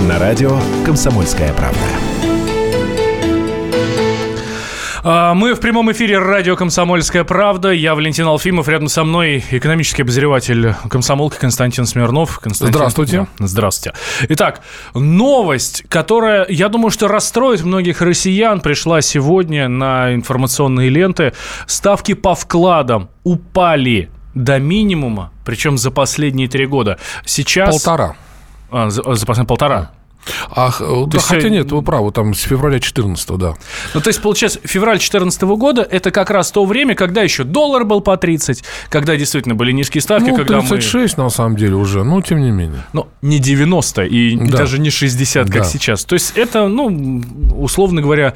На радио «Комсомольская правда». Мы в прямом эфире радио «Комсомольская правда». Я Валентин Алфимов. Рядом со мной экономический обозреватель «Комсомолки» Константин Смирнов. Здравствуйте. Да, здравствуйте. Итак, новость, которая, я думаю, что расстроит многих россиян, пришла сегодня на информационные ленты. Ставки по вкладам упали до минимума, причем за последние 3 года. Сейчас... Полтора. За последние полтора. Да, хотя нет, вы правы, там с февраля 14-го, да. Ну, то есть, получается, февраль 2014 года – это как раз то время, когда еще доллар был по 30, когда действительно были низкие ставки. Ну, когда 36 на самом деле уже, но тем не менее. Ну, не 90 и да. даже не 60, как сейчас. То есть, это, ну, условно говоря...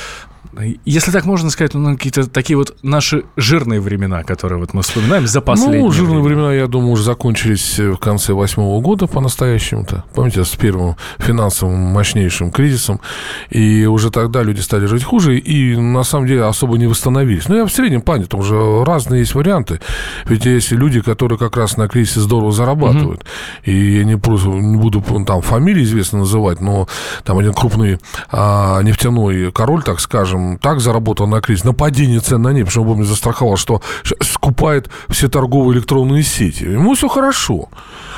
Если так можно сказать, какие-то такие вот наши жирные времена, которые вот мы вспоминаем за последние. Ну, жирные времена, я думаю, уже закончились в конце 2008 года по-настоящему-то. Помните, с первым финансовым мощнейшим кризисом. И уже тогда люди стали жить хуже и, на самом деле, особо не восстановились. Но я в среднем плане, там уже разные есть варианты. Ведь есть люди, которые как раз на кризисе здорово зарабатывают. И я не буду там фамилии известно называть, но там один крупный нефтяной король, так скажем, так заработал на кризис, на падение цен на нефть, потому что он застраховал, что скупает все торговые электронные сети. Ему все хорошо.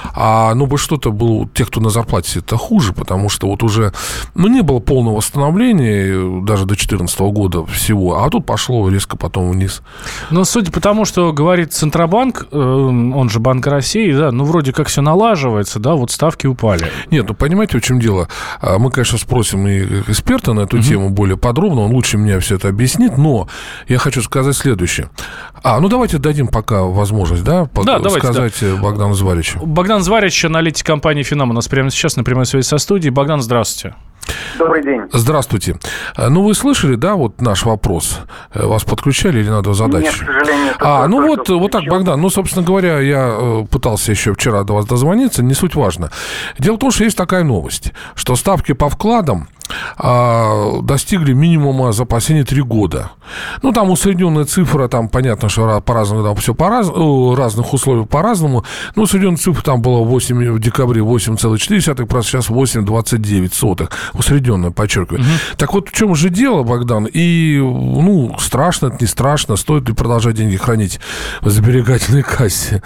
Но бы что-то было у тех, кто на зарплате, это хуже, потому что вот уже не было полного восстановления даже до 2014 года всего, а тут пошло резко потом вниз. Но судя по тому, что говорит Центробанк, он же Банк России, да, ну вроде как все налаживается, да, вот ставки упали. Нет, ну понимаете, в чем дело? Мы, конечно, спросим и эксперта на эту тему более подробно, он лучше меня все это объяснит, но я хочу сказать следующее. Ну давайте дадим пока возможность, да, сказать Богдану Зваричу. Богдан Зварич, аналитик компании «Финам», у нас прямо сейчас на прямой связи со студией. Богдан, здравствуйте. Добрый день. Здравствуйте. Ну, вы слышали, да, вот наш вопрос? Вас подключали или надо задать? Нет, к сожалению. Вот так, Богдан. Ну, собственно говоря, я пытался еще вчера до вас дозвониться, не суть важно. Дело в том, что есть такая новость, что ставки по вкладам достигли минимума за последние 3 года. Ну, там усредненная цифра, там понятно, что по-разному, там все по-разному, разных условиях по-разному. Ну, усредненная цифра там была в декабре 8,4%, сейчас 8,29%. Усредненная, подчеркиваю. Так вот, в чем же дело, Богдан? И, страшно это, не страшно? Стоит ли продолжать деньги хранить в сберегательной кассе?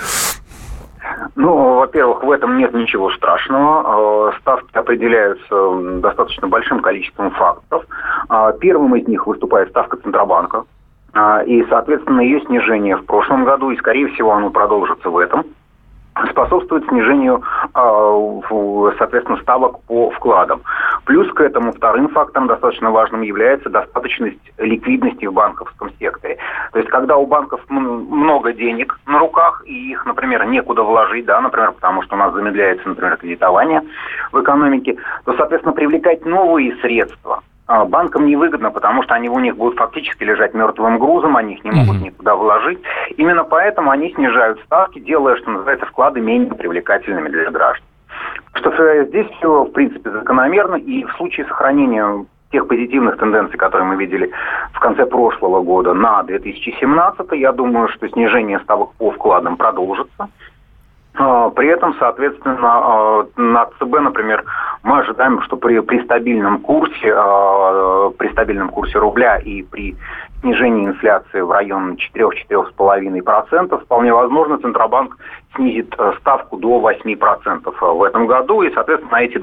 Ну, во-первых, в этом нет ничего страшного. Ставки определяются достаточно большим количеством факторов. Первым из них выступает ставка Центробанка. И, соответственно, ее снижение в прошлом году, и, скорее всего, оно продолжится в этом, способствует снижению, соответственно, ставок по вкладам. Плюс к этому вторым фактором достаточно важным является достаточность ликвидности в банковском секторе. То есть, когда у банков много денег на руках, и их, например, некуда вложить, да, например, потому что у нас замедляется, например, кредитование в экономике, то, соответственно, привлекать новые средства банкам невыгодно, потому что они у них будут фактически лежать мертвым грузом, они их не могут никуда вложить. Именно поэтому они снижают ставки, делая, что называется, вклады менее привлекательными для граждан. Что здесь все, в принципе, закономерно, и в случае сохранения тех позитивных тенденций, которые мы видели в конце прошлого года на 2017, я думаю, что снижение ставок по вкладам продолжится. При этом, соответственно, на ЦБ, например, мы ожидаем, что при стабильном курсе рубля и при снижении инфляции в район 4-4,5%, вполне возможно, Центробанк снизит ставку до 8% в этом году, и, соответственно, на эти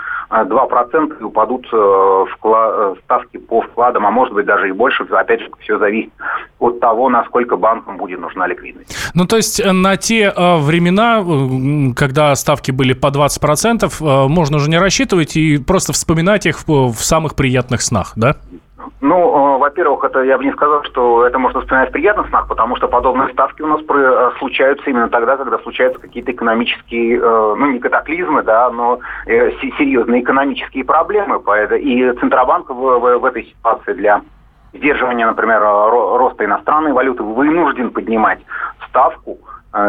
2% упадут ставки по вкладам, а может быть даже и больше. Опять же, все зависит от того, насколько банкам будет нужна ликвидность. Ну, то есть на те времена, когда ставки были по 20%, можно уже не рассчитывать и просто вспоминать их в самых приятных снах, да? Ну, во-первых, это я бы не сказал, что это можно вспоминать в приятных снах, потому что подобные ставки у нас случаются именно тогда, когда случаются какие-то экономические, не катаклизмы, да, но серьезные экономические проблемы. И Центробанк в этой ситуации для сдерживания, например, роста иностранной валюты вынужден поднимать ставку,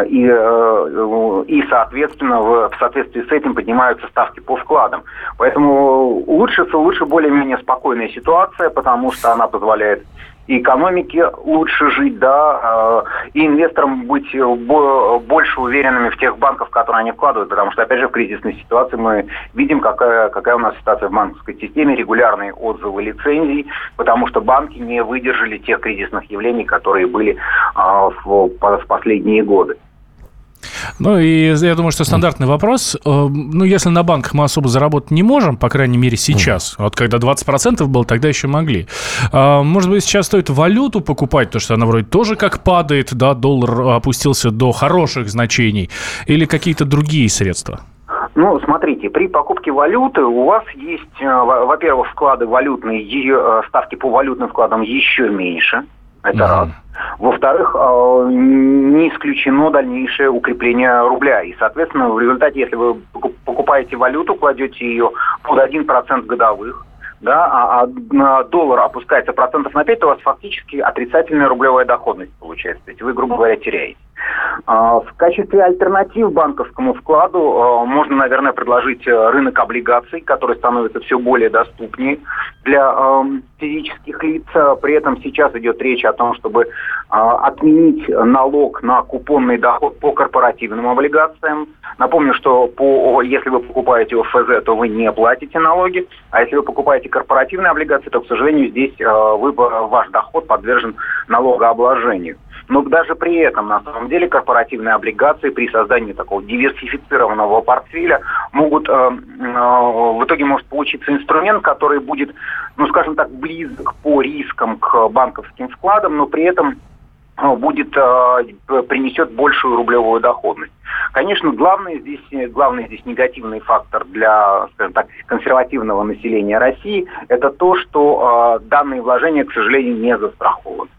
и соответственно, в соответствии с этим поднимаются ставки по вкладам. Поэтому лучше более-менее спокойная ситуация, потому что она позволяет и экономике лучше жить, да, и инвесторам быть больше уверенными в тех банках, в которые они вкладывают, потому что, опять же, в кризисной ситуации мы видим, какая у нас ситуация в банковской системе, регулярные отзывы лицензий, потому что банки не выдержали тех кризисных явлений, которые были в последние годы. Ну, и я думаю, что стандартный вопрос. Ну, если на банках мы особо заработать не можем, по крайней мере, сейчас. Вот когда 20% было, тогда еще могли. Может быть, сейчас стоит валюту покупать, потому что она вроде тоже как падает, да, доллар опустился до хороших значений. Или какие-то другие средства? Ну, смотрите, при покупке валюты у вас есть, во-первых, вклады валютные, ставки по валютным вкладам еще меньше. Это раз. Во-вторых, не исключено дальнейшее укрепление рубля. И, соответственно, в результате, если вы покупаете валюту, кладете ее под 1% годовых, да, а доллар опускается процентов на 5, то у вас фактически отрицательная рублевая доходность получается. То есть вы, грубо говоря, теряете. В качестве альтернатив банковскому вкладу можно, наверное, предложить рынок облигаций, который становится все более доступнее для физических лиц. При этом сейчас идет речь о том, чтобы отменить налог на купонный доход по корпоративным облигациям. Напомню, что если вы покупаете ОФЗ, то вы не платите налоги, а если вы покупаете корпоративные облигации, то, к сожалению, здесь ваш доход подвержен налогообложению. Но даже при этом, на самом деле, корпоративные облигации при создании такого диверсифицированного портфеля могут, в итоге может получиться инструмент, который будет, ну, скажем так, близок по рискам к банковским вкладам, но при этом принесет большую рублевую доходность. Конечно, главный здесь негативный фактор для, скажем так, консервативного населения России – это то, что данные вложения, к сожалению, не застрахованы.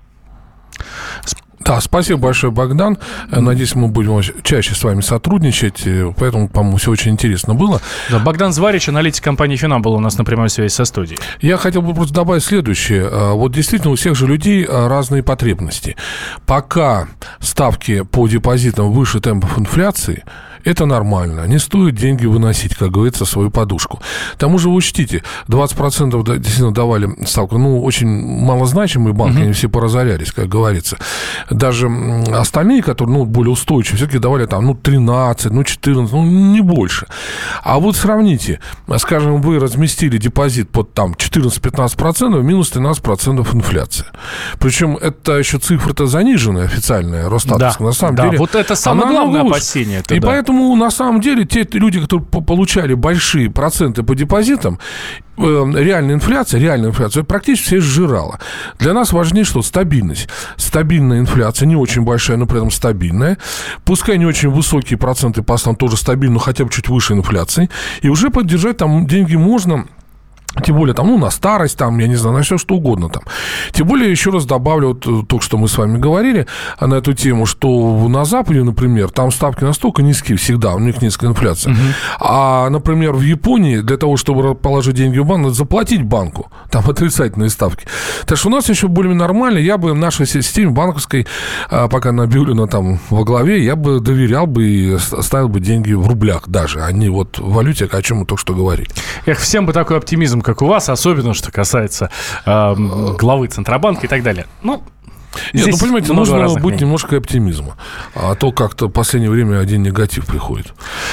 Да, спасибо большое, Богдан. Надеюсь, мы будем чаще с вами сотрудничать, поэтому, по-моему, все очень интересно было. Да, Богдан Зварич, аналитик компании «Финам», был у нас на прямой связи со студией. Я хотел бы просто добавить следующее. Вот действительно у всех же людей разные потребности. Пока ставки по депозитам выше темпов инфляции, это нормально. Не стоит деньги выносить, как говорится, свою подушку. К тому же вы учтите, 20% действительно давали ставку. Ну, очень малозначимые банки, они все поразорялись, как говорится. Даже остальные, которые, более устойчивые, все-таки давали там, 13, 14, не больше. А вот сравните, скажем, вы разместили депозит под там 14-15%, минус 13% инфляция. Причем это еще цифра-то заниженная, официальная, Росстатовская. На самом деле, вот это самое главное опасение. И поэтому, на самом деле, те люди, которые получали большие проценты по депозитам, реальная инфляция практически все сжирала. Для нас важнее, что стабильность. Стабильная инфляция, не очень большая, но при этом стабильная. Пускай не очень высокие проценты по основам тоже стабильны, но хотя бы чуть выше инфляции. И уже поддержать там деньги можно... Тем более, там, на старость, там, я не знаю, на все что угодно там. Тем более, еще раз добавлю, вот только что мы с вами говорили на эту тему, что на Западе, например, там ставки настолько низкие всегда, у них низкая инфляция. А, например, в Японии для того, чтобы положить деньги в банк, надо заплатить банку. Там отрицательные ставки. Так что у нас еще более нормально. Я бы в нашей системе банковской, пока Набиуллина там во главе, я бы доверял бы и ставил бы деньги в рублях даже, а не вот в валюте, о чем мы только что говорили. Эх, всем бы такой оптимизм, как у вас, особенно, что касается главы Центробанка и так далее. Нет, понимаете, нужно быть немножко оптимизма. А то как-то в последнее время один негатив приходит.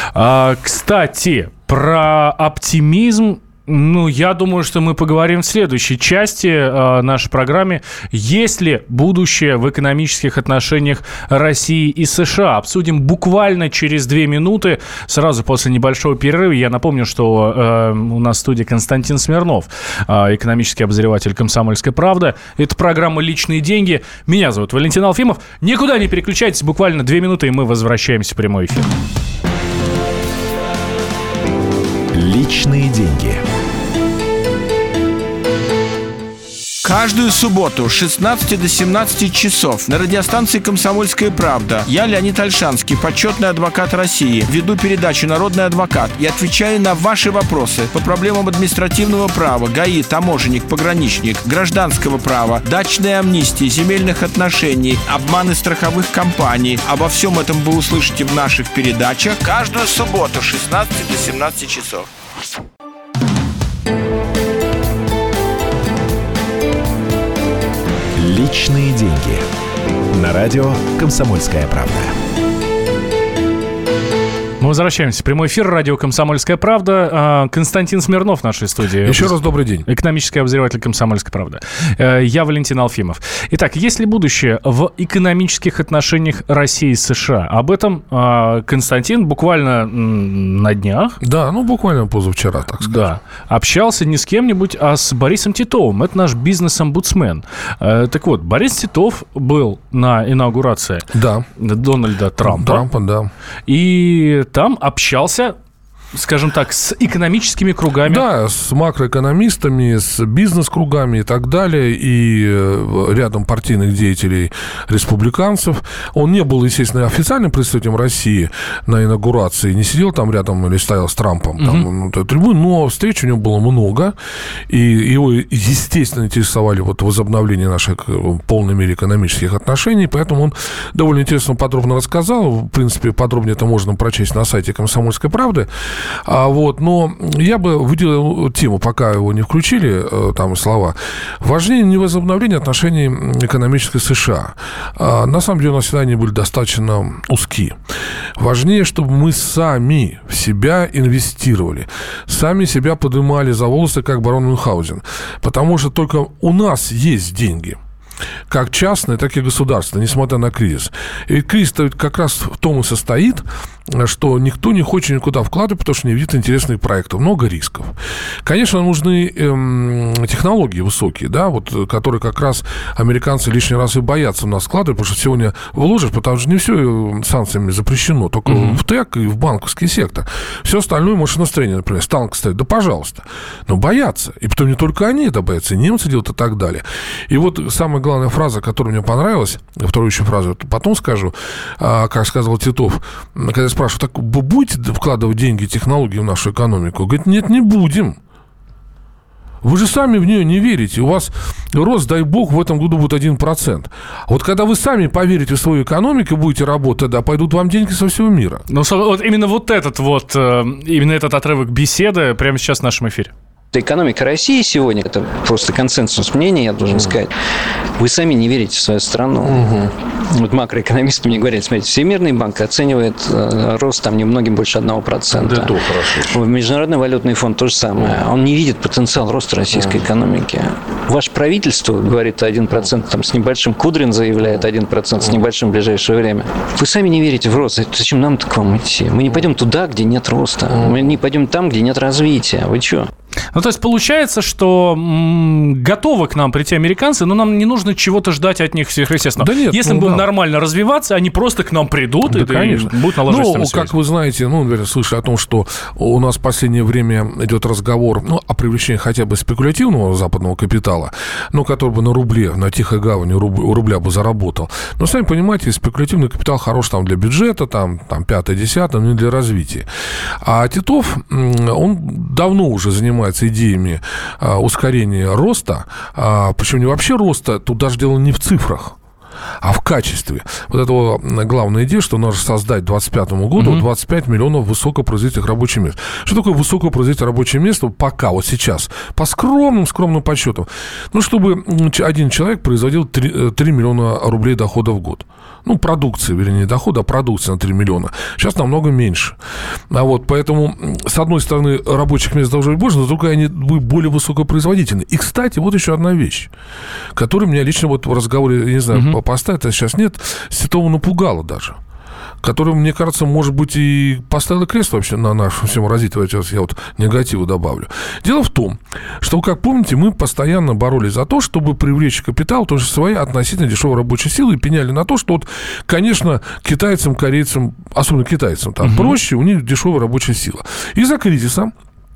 Кстати, про оптимизм. Я думаю, что мы поговорим в следующей части нашей программы. Есть ли будущее в экономических отношениях России и США? Обсудим буквально через 2 минуты, сразу после небольшого перерыва. Я напомню, что у нас в студии Константин Смирнов, экономический обозреватель «Комсомольской правды». Это программа «Личные деньги». Меня зовут Валентин Алфимов. Никуда не переключайтесь, буквально 2 минуты, и мы возвращаемся в прямой эфир. Личные деньги. Каждую субботу с 16 до 17 часов на радиостанции «Комсомольская правда» я, Леонид Ольшанский, почетный адвокат России, веду передачу «Народный адвокат» и отвечаю на ваши вопросы по проблемам административного права, ГАИ, таможенник, пограничник, гражданского права, дачной амнистии, земельных отношений, обманы страховых компаний. Обо всем этом вы услышите в наших передачах каждую субботу с 16 до 17 часов. Личные деньги. На радио «Комсомольская правда». Мы возвращаемся. Прямой эфир, радио «Комсомольская правда». Константин Смирнов в нашей студии. Еще раз добрый день. Экономический обозреватель «Комсомольской правды». Я Валентин Алфимов. Итак, есть ли будущее в экономических отношениях России и США? Об этом Константин буквально на днях. Да, буквально позавчера, так сказать. Да. Общался не с кем-нибудь, а с Борисом Титовым. Это наш бизнес-омбудсмен. Так вот, Борис Титов был на инаугурации Дональда Трампа. Да. И там общался, скажем так, с экономическими кругами. Да, с макроэкономистами, с бизнес-кругами и так далее, и рядом партийных деятелей республиканцев. Он не был, естественно, официальным представителем России на инаугурации, не сидел там рядом или стоял с Трампом там, на трибуне, но встреч у него было много, и его, естественно, интересовали возобновление наших в полной мере экономических отношений, поэтому он довольно интересно, подробно рассказал. В принципе, подробнее это можно прочесть на сайте «Комсомольской правды». Но я бы выделил тему, пока его не включили, там слова. Важнее не возобновление отношений экономической США. На самом деле у нас всегда они были достаточно узки. Важнее, чтобы мы сами в себя инвестировали, сами себя поднимали за волосы, как барон Мюнхгаузен. Потому что только у нас есть деньги. Как частные, так и государственные, несмотря на кризис. И кризис-то как раз в том и состоит, что никто не хочет никуда вкладывать, потому что не видит интересных проектов. Много рисков. Конечно, нужны технологии высокие, да, которые как раз американцы лишний раз и боятся в нас вкладывать, потому что сегодня вложишь, потому что не все санкциями запрещено, только в ТЭК и в банковский сектор. Все остальное машиностроение, например, станк ставить, да пожалуйста. Но боятся. И потом не только они это боятся, и немцы делают и так далее. И самая главная фраза, которая мне понравилась, вторую еще фразу потом скажу, как сказал Титов, когда спрашивают, так вы будете вкладывать деньги, технологии в нашу экономику? Говорит, нет, не будем. Вы же сами в нее не верите. У вас рост, дай бог, в этом году будет 1%. Когда вы сами поверите в свою экономику, будете работать, тогда пойдут вам деньги со всего мира. Именно этот отрывок беседы прямо сейчас в нашем эфире. Экономика России сегодня, это просто консенсус мнения, я должен сказать. Вы сами не верите в свою страну. Макроэкономисты мне говорят, смотрите, Всемирный банк оценивает рост там немногим больше 1%. Да, то хорошо. Международный валютный фонд то же самое. Он не видит потенциал роста российской экономики. Ваше правительство говорит 1%, там с небольшим, Кудрин заявляет 1% с небольшим в ближайшее время. Вы сами не верите в рост. Зачем нам-то к вам идти? Мы не пойдем туда, где нет роста. Мы не пойдем там, где нет развития. Вы что? То есть получается, что готовы к нам прийти американцы, но нам не нужно чего-то ждать от них сверхъестественного. Да нет, если мы будем нормально развиваться, они просто к нам придут и будут налаживать как вы знаете, наверное, слышали о том, что у нас в последнее время идет разговор о привлечении хотя бы спекулятивного западного капитала, который бы на рубле, на тихой гавани у рубля бы заработал. Но, сами понимаете, спекулятивный капитал хорош для бюджета, там 5-10, но не для развития. А Титов, он давно уже занимается идеями ускорения роста, причем не вообще роста, тут даже дело не в цифрах, а в качестве. Это главная идея, что нужно создать к 2025 году 25 миллионов высокопроизводительных рабочих мест. Что такое высокопроизводительное рабочее место пока, сейчас? По скромным подсчетам. Чтобы один человек производил 3 миллиона рублей дохода в год. Продукции, вернее, не дохода, а продукции на 3 миллиона. Сейчас намного меньше. Поэтому, с одной стороны, рабочих мест должно быть больше, но с другой, они будут более высокопроизводительны. И, кстати, еще одна вещь, которая меня лично в разговоре, я не знаю, поставить, а сейчас нет, с Титовым напугала даже. Которая, мне кажется, может быть, и поставила крест вообще на нашем всем развитии. Сейчас я негативу добавлю. Дело в том, что, как помните, мы постоянно боролись за то, чтобы привлечь капитал, тоже свои относительно дешевой рабочей силы, и пеняли на то, что, конечно, китайцам, корейцам, особенно китайцам, там проще, у них дешевая рабочая сила. Из-за кризиса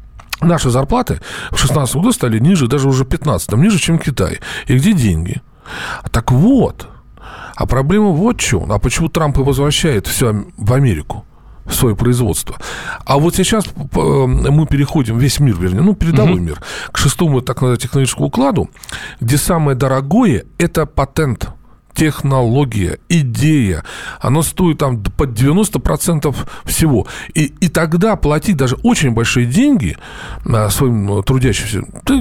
наши зарплаты в 2016 году стали ниже, даже уже в 2015, ниже, чем в Китае. И где деньги? Так вот. А проблема в чем. А почему Трамп и возвращает все в Америку, в свое производство? А сейчас мы переходим, весь мир, вернее, передовой мир, к 6-му, так называемому, технологическому укладу, где самое дорогое – это патент, технология, идея. Оно стоит под 90% всего. И тогда платить даже очень большие деньги своим трудящимся,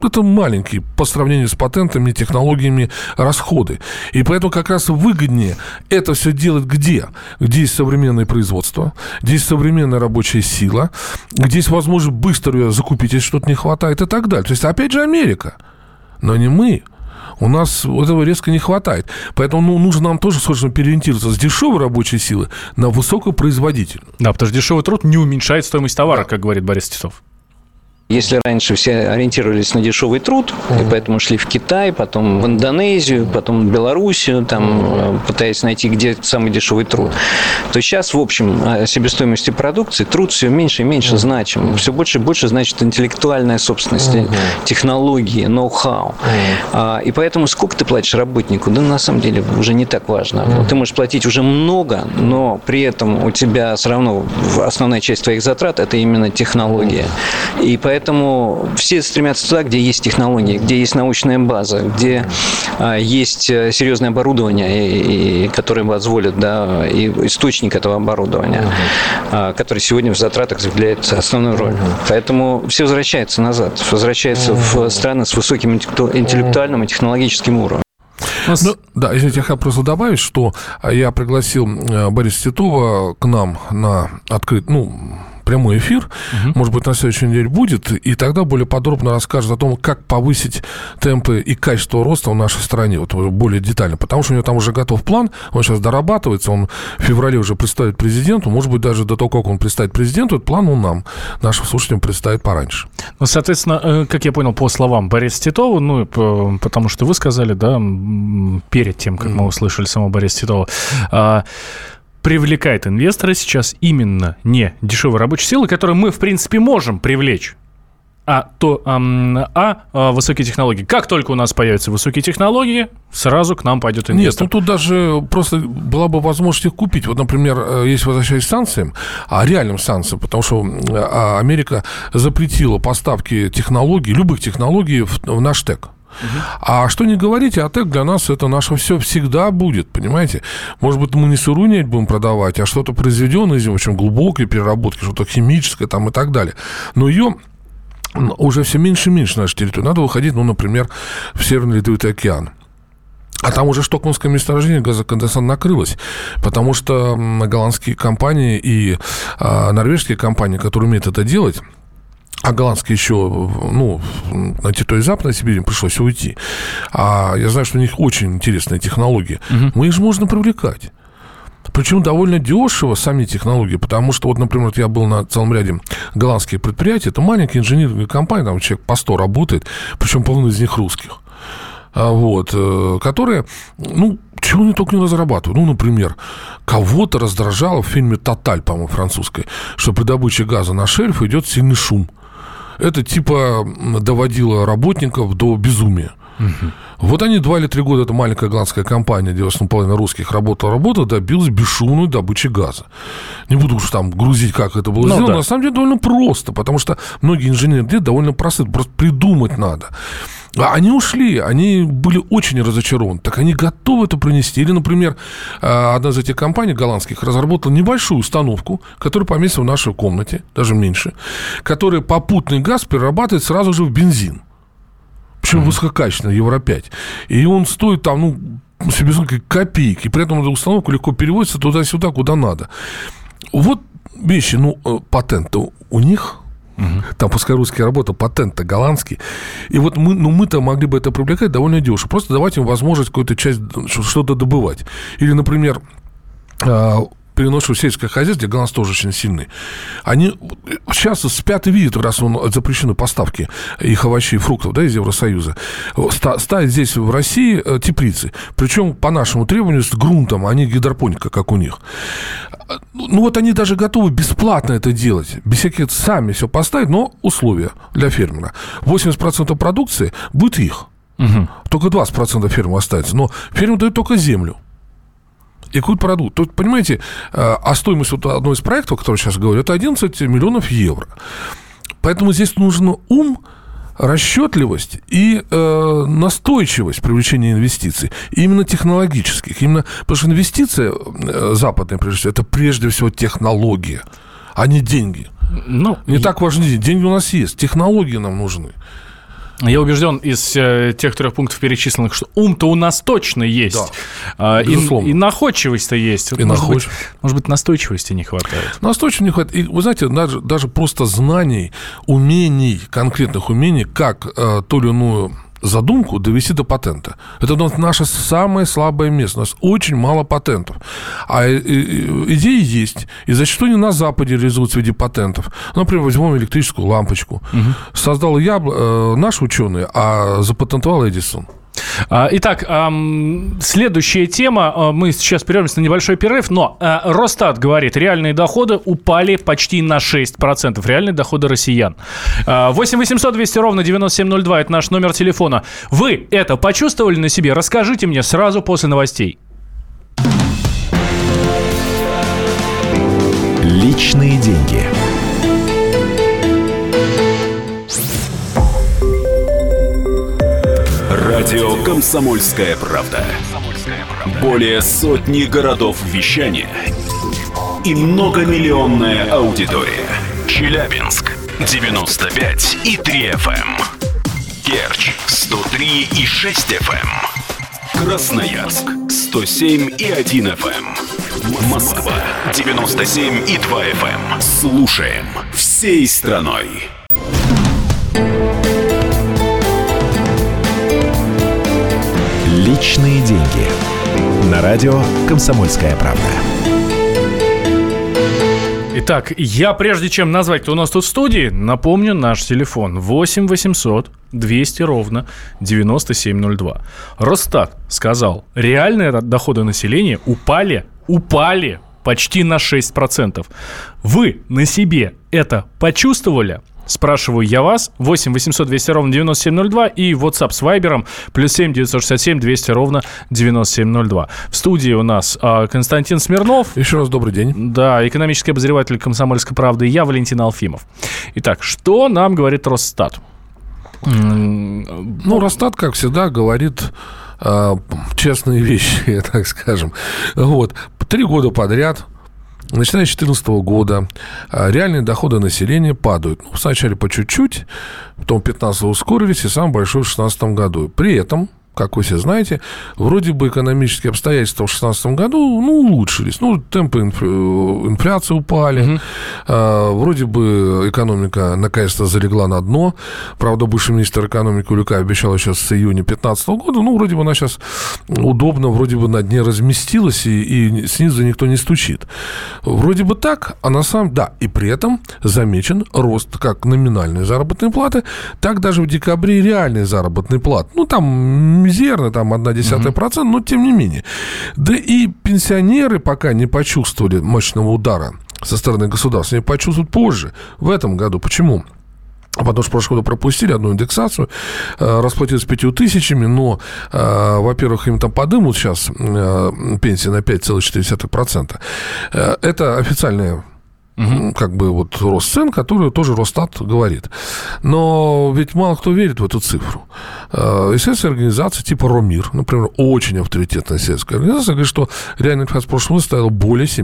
это маленькие по сравнению с патентами, технологиями расходы. И поэтому как раз выгоднее это все делать где? Где есть современное производство, где есть современная рабочая сила, где есть возможность быстро ее закупить, если что-то не хватает и так далее. То есть, опять же, Америка, но не мы. У нас этого резко не хватает. Поэтому нужно нам тоже, собственно, переориентироваться с дешевой рабочей силы на высокопроизводительную. Да, потому что дешевый труд не уменьшает стоимость товара, как говорит Борис Титов. Если раньше все ориентировались на дешевый труд, и поэтому шли в Китай, потом в Индонезию, потом в Белоруссию, там, пытаясь найти, где самый дешевый труд, то сейчас, в общем, себестоимости продукции труд все меньше и меньше значим. Все больше и больше значит интеллектуальная собственность, технологии, ноу-хау. И поэтому сколько ты платишь работнику, да на самом деле уже не так важно. Ты можешь платить уже много, но при этом у тебя все равно основная часть твоих затрат – это именно технология. И поэтому все стремятся туда, где есть технологии, где есть научная база, где есть серьезное оборудование, которое позволит, да, и источник этого оборудования, который сегодня в затратах играет основную роль. Поэтому все возвращается назад, возвращается в страны с высоким интеллектуальным и технологическим уровнем. Ну, да, извините, я просто добавить, что я пригласил Бориса Титова к нам на прямой эфир, может быть, на следующей неделе будет, и тогда более подробно расскажет о том, как повысить темпы и качество роста в нашей стране, вот более детально, потому что у него там уже готов план, он сейчас дорабатывается, он в феврале уже представит президенту, может быть, даже до того, как он представит президенту, этот план он нам, нашим слушателям, представит пораньше. Ну, соответственно, как я понял по словам Бориса Титова, потому что вы сказали, да, перед тем, как мы услышали самого Бориса Титова, привлекает инвестора сейчас именно не дешевая рабочая сила, которую мы, в принципе, можем привлечь, а высокие технологии. Как только у нас появятся высокие технологии, сразу к нам пойдет инвестор. Нет, тут даже просто была бы возможность их купить. Вот, например, если возвращаясь к санкциям, реальным санкциям, потому что Америка запретила поставки технологий, любых технологий в наш ТЭК. А что не говорите, АТЭК для нас это наше все всегда будет, понимаете? Может быть, мы не сырую нефть будем продавать, а что-то произведенное из него, в общем, глубокой переработки, что-то химическое там и так далее. Но ее уже все меньше и меньше на нашей территории. Надо выходить, ну, например, в Северный Ледовитый океан. А там уже штокгольмское месторождение газоконденсат накрылось, потому что голландские компании и норвежские компании, которые умеют это делать, а голландские еще, на территории Западной Сибири им пришлось уйти. А я знаю, что у них очень интересная технология. Мы их же можно привлекать. Причем довольно дешево сами технологии, потому что, вот, например, я был на целом ряде голландских предприятий, это маленькие инженерные компании, там человек по 100 работает, причем половина из них русских, которые, чего они только не разрабатывают. Например, кого-то раздражало в фильме «Тоталь», по-моему, французской, что при добыче газа на шельф идет сильный шум. Это типа доводило работников до безумия. Вот они 2 или 3 года, эта маленькая голландская компания, где в основном половина русских работала, добилась бесшумной добычи газа. Не буду уж там грузить, как это было сделано. Да. На самом деле довольно просто, потому что многие инженеры довольно простые, просто придумать надо. Они ушли, они были очень разочарованы. Так они готовы это принести. Или, например, одна из этих компаний голландских разработала небольшую установку, которая поместится в нашей комнате, даже меньше, которая попутный газ перерабатывает сразу же в бензин. Причем высококачественный, Евро-5. И он стоит там, себе копейки. И при этом эта установка легко переводится туда-сюда, куда надо. Вот вещи, патенты у них... Там пускай-русский работал, патент-то голландский. И вот мы-то могли бы это привлекать довольно дешево. Просто давать им возможность какую-то часть, что-то добывать. Или, например, переношу сельское хозяйство, где голландцы тоже очень сильные. Они сейчас с 5-й видят, раз запрещены поставки их овощей и фруктов, из Евросоюза, ставят здесь в России теплицы. Причем по нашему требованию с грунтом, а не гидропоника, как у них. Вот они даже готовы бесплатно это делать. Без всяких сами все поставить, но условия для фермера. 80% продукции будет их. Только 20% фермы останется. Но фермер дает только землю и какой-то продукт. Тут, понимаете, стоимость одного из проектов, о котором я сейчас говорю, это 11 миллионов евро. Поэтому здесь нужен ум, расчетливость и настойчивость привлечения инвестиций. Именно технологических. Потому что инвестиция западная, прежде всего, это прежде всего технология, а не деньги. Не так важны деньги. Деньги у нас есть. Технологии нам нужны. Я убежден из тех 3 пунктов перечисленных, что ум-то у нас точно есть. Да, и находчивость-то есть. Может быть, настойчивости не хватает. Настойчивости не хватает. И, вы знаете, даже просто знаний, умений, конкретных умений, как ту или иную задумку довести до патента. Это наше самое слабое место. У нас очень мало патентов. А идеи есть. И зачастую они на Западе реализуются в виде патентов. Например, возьмем электрическую лампочку. Создал наш ученый, а запатентовал Эдисон. Итак, следующая тема. Мы сейчас прервемся на небольшой перерыв, но Росстат говорит, реальные доходы упали почти на 6%. Реальные доходы россиян. 8 800 200 ровно 9702 – это наш номер телефона. Вы это почувствовали на себе? Расскажите мне сразу после новостей. Личные деньги. Радио «Комсомольская правда». Более сотни городов вещания и многомиллионная аудитория. Челябинск 95,3 FM. Керчь 103,6 FM. Красноярск 107,1 FM. Москва 97,2 FM. Слушаем всей страной. Личные деньги. На радио «Комсомольская правда». Итак, я прежде чем назвать, кто у нас тут в студии, напомню наш телефон 8 800 200 ровно 9702. Росстат сказал, реальные доходы населения упали почти на 6%. Вы на себе это почувствовали? Спрашиваю я вас. 8 800 200 ровно 9702 и WhatsApp с Вайбером +7 967 200 ровно 9702. В студии у нас Константин Смирнов. Еще раз добрый день. Да, экономический обозреватель «Комсомольской правды», и я, Валентин Алфимов. Итак, что нам говорит Росстат? Росстат, как всегда, говорит честные вещи, так скажем. 3 года подряд, начиная с 2014 года, реальные доходы населения падают. Сначала по чуть-чуть, потом в 2015 ускорились, и самый большой в 2016 году. При этом, как вы все знаете, вроде бы экономические обстоятельства в 2016 году, улучшились. Темпы инфляции упали. Вроде бы экономика наконец-то залегла на дно. Правда, бывший министр экономики Улюкаев обещал сейчас с июня 2015 года. Вроде бы она сейчас удобно, вроде бы на дне разместилась, и снизу никто не стучит. Вроде бы так, а на самом деле, да, и при этом замечен рост как номинальной заработной платы, так даже в декабре реальной заработной платы. Там мизерно, 0,1%, но тем не менее. Да и пенсионеры пока не почувствовали мощного удара со стороны государства, они почувствуют позже, в этом году. Почему? Потому что в прошлом году пропустили одну индексацию, расплатились 5000, но, во-первых, им там подымут сейчас пенсии на 5,4%. Это официальная рост цен, который тоже Росстат говорит. Но ведь мало кто верит в эту цифру. Исследовательская организация типа РОМИР, например, очень авторитетная исследовательская организация, говорит, что реальная инфляция в прошлом году составила более 7%.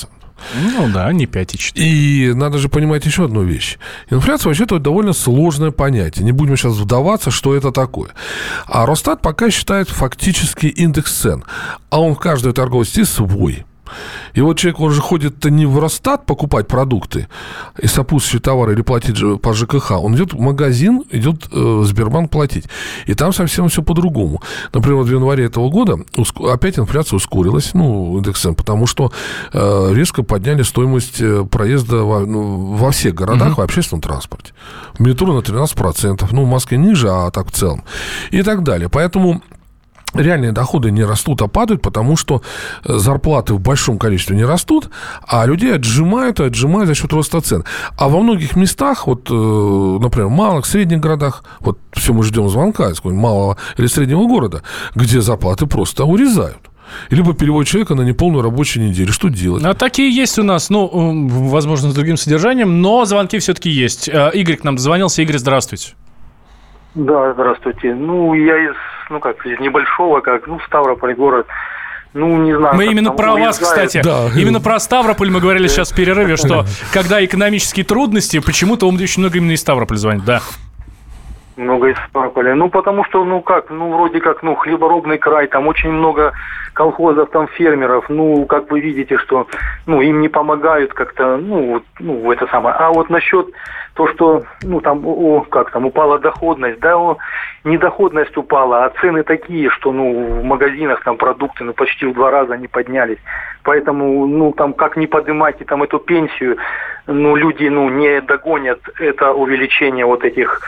Не 5,4. И надо же понимать еще одну вещь. Инфляция вообще-то довольно сложное понятие. Не будем сейчас вдаваться, что это такое. А Росстат пока считает фактически индекс цен. А он в каждой торговой сети свой. И человек, он же ходит-то не в Росстат покупать продукты и сопутствующие товары или платить по ЖКХ. Он идет в магазин, идет в Сбербанк платить. И там совсем все по-другому. Например, в январе этого года опять инфляция ускорилась, индекс цен, потому что резко подняли стоимость проезда во всех городах в общественном транспорте. В метро на 13%. В Москве ниже, а так в целом. И так далее. Поэтому реальные доходы не растут, а падают, потому что зарплаты в большом количестве не растут, а людей отжимают за счет роста цен. А во многих местах, например, в малых, средних городах, все мы ждем звонка из какого-нибудь малого или среднего города, где зарплаты просто урезают. Либо перевод человека на неполную рабочую неделю. Что делать? А такие есть у нас, возможно, с другим содержанием, но звонки все-таки есть. Игорь к нам дозвонился. Игорь, здравствуйте. Да, здравствуйте. Я из небольшого, Ставрополь город. Не знаю. Мы именно про вас, кстати. Да. Именно про Ставрополь мы говорили сейчас в перерыве, что когда экономические трудности, почему-то очень много именно из Ставрополя звонит, да. Много из Ставрополя. Ну, потому что, вроде как, хлеборобный край, там очень много колхозов, там фермеров, как вы видите, что, им не помогают как-то, это самое. А вот насчет то, что, упала доходность, недоходность упала, а цены такие, что, в магазинах там продукты, почти в 2 раза не поднялись. Поэтому, как не поднимать и эту пенсию, люди, не догонят это увеличение вот этих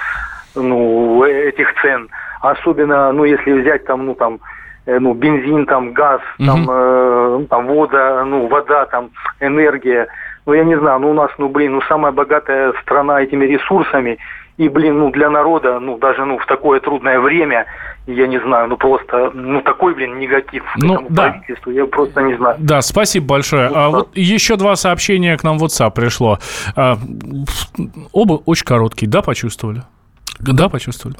цен. Особенно, если взять бензин, газ, вода, энергия. Я не знаю, у нас, самая богатая страна этими ресурсами. И, для народа, даже, в такое трудное время, я не знаю, просто, такой, негатив к этому правительству, я просто не знаю. Да, спасибо большое. Вот еще 2 сообщения к нам в WhatsApp пришло. Оба очень короткие, да, почувствовали? Да, почувствовали.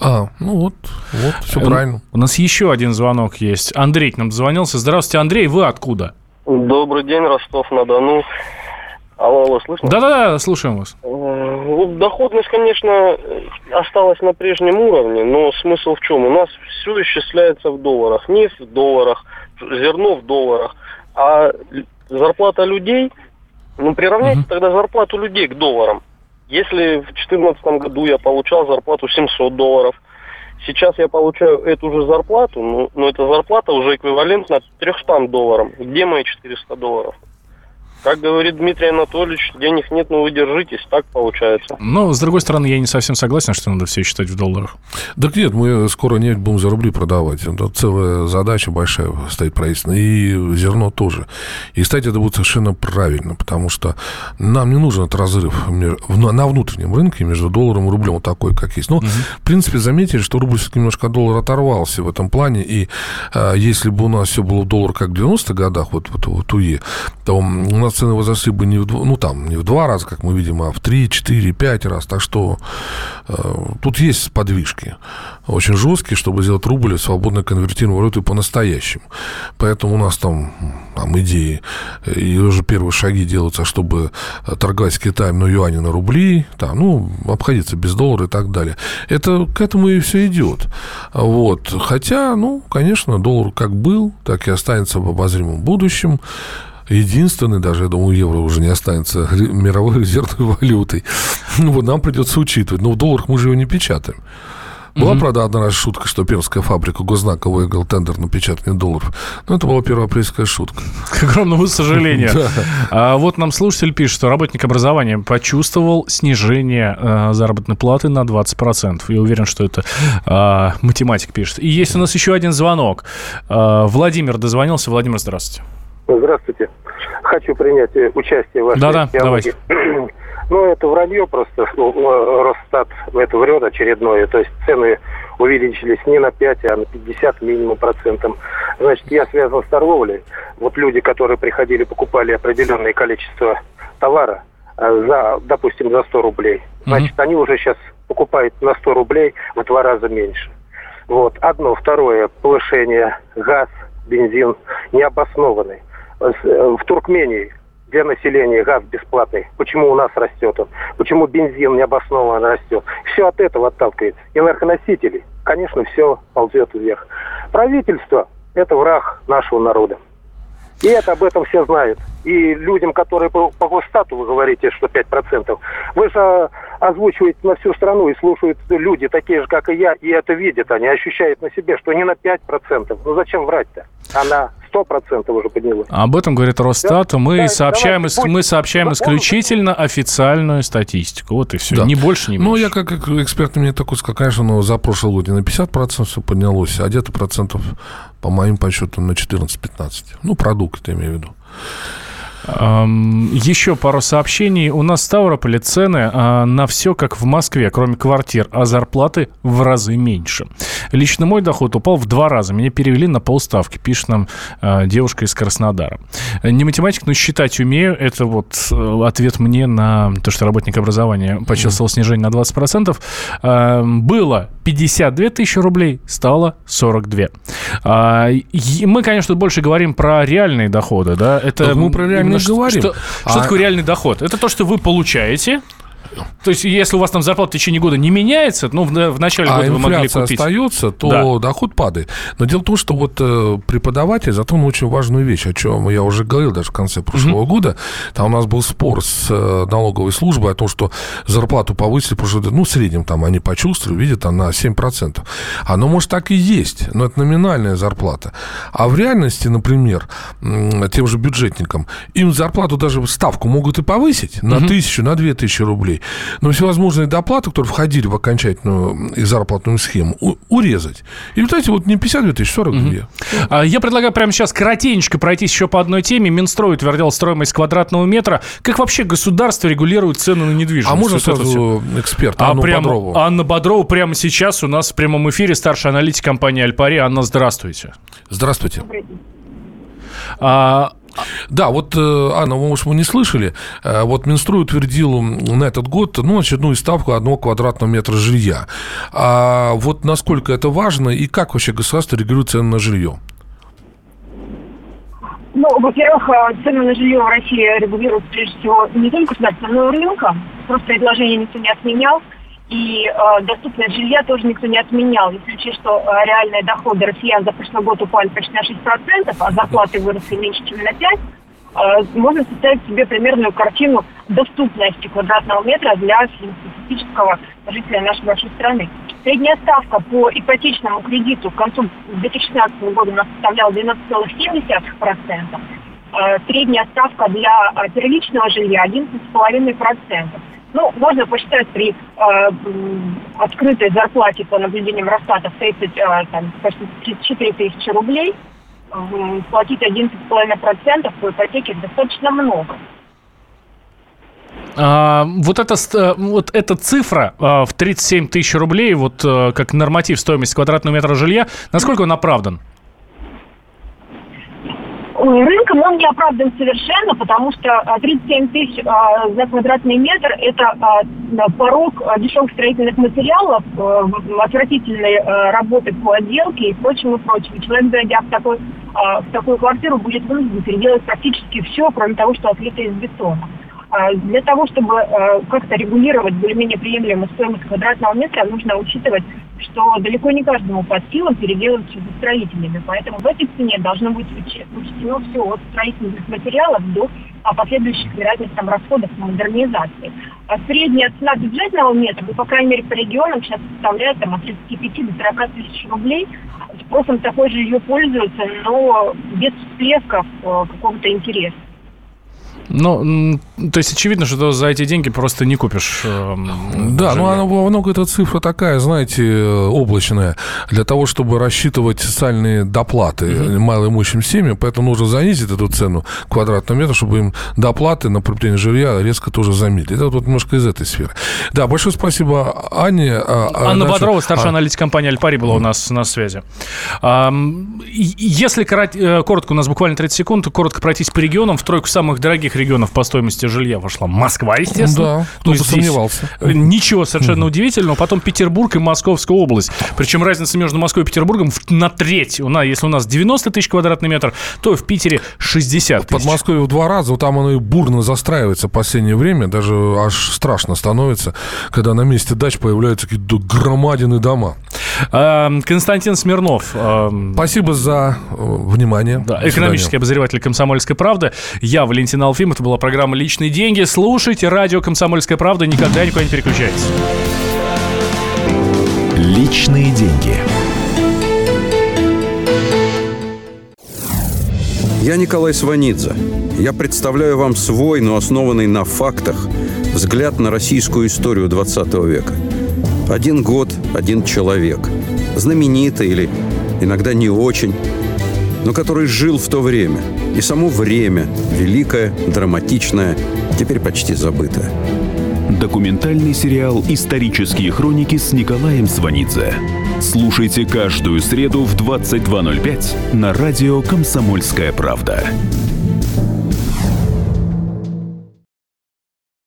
Все правильно. У нас еще один звонок есть. Андрей к нам дозвонился. Здравствуйте, Андрей, вы откуда? Добрый день, Ростов-на-Дону. Алло, слышно? Да, слушаем вас. Доходность, конечно, осталась на прежнем уровне, но смысл в чем? У нас все исчисляется в долларах. Нефть в долларах, зерно в долларах. А зарплата людей, приравняйте тогда зарплату людей к долларам. Если в 2014 году я получал зарплату $700, сейчас я получаю эту же зарплату, но эта зарплата уже эквивалентна $300. Где мои $400? Как говорит Дмитрий Анатольевич, денег нет, но вы держитесь, так получается. С другой стороны, я не совсем согласен, что надо все считать в долларах. Так нет, мы скоро нефть будем за рубли продавать. Это целая задача большая стоит правительственная. И зерно тоже. И, кстати, это будет совершенно правильно, потому что нам не нужен этот разрыв на внутреннем рынке между долларом и рублем, вот такой, как есть. В принципе, заметили, что рубль все-таки немножко от доллара оторвался в этом плане. И если бы у нас все было в доллар, как в 90-х годах, вот УЕ, то у нас цены возросли бы не в 2 раза, как мы видим, а в 3, 4, 5 раз. Так что тут есть подвижки очень жесткие, чтобы сделать рубль свободно конвертируемой валютой по-настоящему. Поэтому у нас там идеи, и уже первые шаги делаются, чтобы торговать с Китаем на юане, на рубли, обходиться без доллара и так далее. Это к этому и все идет. Хотя, конечно, доллар как был, так и останется в обозримом будущем. Единственный, даже, я думаю, евро уже не останется мировой резервной валютой. Нам придется учитывать. Но в долларах мы же его не печатаем. Была, правда, одна раз шутка, что Пермская фабрика Госзнака выиграл тендер на печатание долларов. Но это была первоапрельская шутка. К огромному сожалению. А вот нам слушатель пишет, что работник образования почувствовал снижение заработной платы на 20%. Я уверен, что это математик пишет. И есть у нас еще один звонок. Владимир дозвонился. Владимир, здравствуйте. Здравствуйте. Хочу принять участие в вашей диалоге. Давайте. Это вранье просто. Росстат это врет очередное. То есть цены увеличились не на 5, а на 50 минимум процентом. Значит, я связан с торговлей. Люди, которые приходили, покупали определенное количество товара допустим, за 100 рублей. Значит, они уже сейчас покупают на 100 рублей в 2 раза меньше. Одно. Второе. Повышение. Газ, бензин необоснованный. В Туркмении для населения газ бесплатный. Почему у нас растет он? Почему бензин необоснованно растет? Все от этого отталкивается. Энергоносители, конечно, все ползет вверх. Правительство – это враг нашего народа. И это об этом все знают. И людям, которые по Госстату, вы говорите, что 5%, вы же озвучиваете на всю страну, и слушают люди, такие же, как и я, и это видят, они ощущают на себе, что не на 5%. Зачем врать-то? А на 100% уже поднялось. Об этом говорит Росстат. Мы сообщаем исключительно официальную статистику. Вот и все. Да. Ни больше, ни меньше. Я как эксперт, мне такой сказал, конечно, за прошлый год не на 50% все поднялось, а где-то процентов, по моим подсчетам, на 14-15. Продукт, я имею в виду. Еще пару сообщений. У нас в Ставрополе цены на все как в Москве, кроме квартир, а зарплаты в разы меньше. Лично мой доход упал в 2 раза. Меня перевели на полставки, пишет нам девушка из Краснодара. Не математик, но считать умею. Это ответ мне на то, что работник образования почувствовал снижение на 20%. Было 52 тысячи рублей, стало 42. Мы, конечно, больше говорим про реальные доходы. Да? Это мы про реальные говорим. Что такое реальный доход? Это то, что вы получаете, То есть, если у вас там зарплата в течение года не меняется, ну, в начале года вы могли купить. Остается, то доход падает. Но дело в том, что вот преподаватель затронул очень важную вещь, о чем я уже говорил даже в конце прошлого года. Там у нас был спор с налоговой службой о том, что зарплату повысили, потому что, ну, в среднем там они почувствовали, видят, она 7%. Оно, может, так и есть, но это номинальная зарплата. А в реальности, например, тем же бюджетникам, им зарплату даже ставку могут и повысить на 1000, на 2000 рублей. Но всевозможные доплаты, которые входили в окончательную и зарплатную схему, урезать. И, знаете, вот не 52 тысячи, 42. Я предлагаю прямо сейчас коротенько пройтись еще по одной теме. Минстрой утвердил стоимость квадратного метра. Как вообще государство регулирует цены на недвижимость? А можно сразу эксперта Анну Бодрову? Анна Бодрова прямо сейчас у нас в прямом эфире, старший аналитик компании «Альпари». Анна, здравствуйте. Здравствуйте. Да, вот, Анна, может, вы не слышали, вот Минстрой утвердил на этот год, ну, очередную ставку 1 квадратного метра жилья. А вот насколько это важно и как вообще государство регулирует цены на жилье? Ну, во-первых, цены на жилье в России регулируют, прежде всего, не только государством, но и рынком. Просто предложение никто не отменял. И доступность жилья тоже никто не отменял. Если учесть, что реальные доходы россиян за прошлый год упали почти на 6%, а зарплаты выросли меньше, чем на 5%, можно составить себе примерную картину доступности квадратного метра для среднестатистического жителя нашей большой страны. Средняя ставка по ипотечному кредиту к концу 2016 года у нас составляла 12,7%. Средняя ставка для первичного жилья 11,5%. Ну, можно посчитать при открытой зарплате по наблюдениям Росстата в 34 тысячи рублей, платить 11,5% по ипотеке достаточно много. Вот эта цифра в 37 тысяч рублей, вот как норматив стоимости квадратного метра жилья, насколько он оправдан? Рынком он не оправдан совершенно, потому что 37 тысяч за квадратный метр – это порог дешевых строительных материалов, отвратительной работы по отделке и прочему. Человек, зайдя в такую квартиру, будет вынужден переделать практически все, кроме того, что отлито из бетона. Для того, чтобы как-то регулировать более-менее приемлемую стоимость квадратного метра, нужно учитывать, что далеко не каждому под силам переделать все строителями. Поэтому в этой цене должно быть учтено все от строительных материалов до последующих вероятных расходов на модернизацию. А средняя цена бюджетного метра, по крайней мере по регионам, сейчас составляет от 35 до 40 тысяч рублей. Спросом такой жилье пользуется, но без всплесков какого-то интереса. Ну, то есть очевидно, что за эти деньги просто не купишь. Да, ну она во много эта цифра такая, знаете, облачная, для того, чтобы рассчитывать социальные доплаты малоимущим семьям, поэтому нужно занизить эту цену квадратного метра, чтобы им доплаты на приобретение жилья резко тоже замедлить. Это вот немножко из этой сферы. Да, большое спасибо Анне. Анна Бодрова, старший аналитик компании «Альпари», была у нас на связи. Если коротко, у нас буквально 30 секунд, коротко пройтись по регионам, в тройку самых дорогих регионов по стоимости жилья вошла Москва, естественно. Да, кто бы сомневался. Ничего совершенно удивительного. Потом Петербург и Московская область. Причем разница между Москвой и Петербургом на треть. Если у нас 90 тысяч квадратный метр, то в Питере 60 тысяч. В Подмосковье в 2 раза. Вот там оно и бурно застраивается в последнее время. Даже аж страшно становится, когда на месте дач появляются какие-то громадины дома. Константин Смирнов. Спасибо за внимание. Да, экономический обозреватель «Комсомольской правды». Я Валентин Алфимов. Это была программа «Личные деньги». Слушайте радио «Комсомольская правда». Никогда никуда не переключайтесь. Личные деньги. Я Николай Сванидзе. Я представляю вам свой, но основанный на фактах, взгляд на российскую историю 20 века. 1 год, 1 человек. Знаменитый или иногда не очень, но который жил в то время. И само время, великое, драматичное, теперь почти забытое. Документальный сериал «Исторические хроники» с Николаем Сванидзе. Слушайте каждую среду в 22:05 на радио «Комсомольская правда».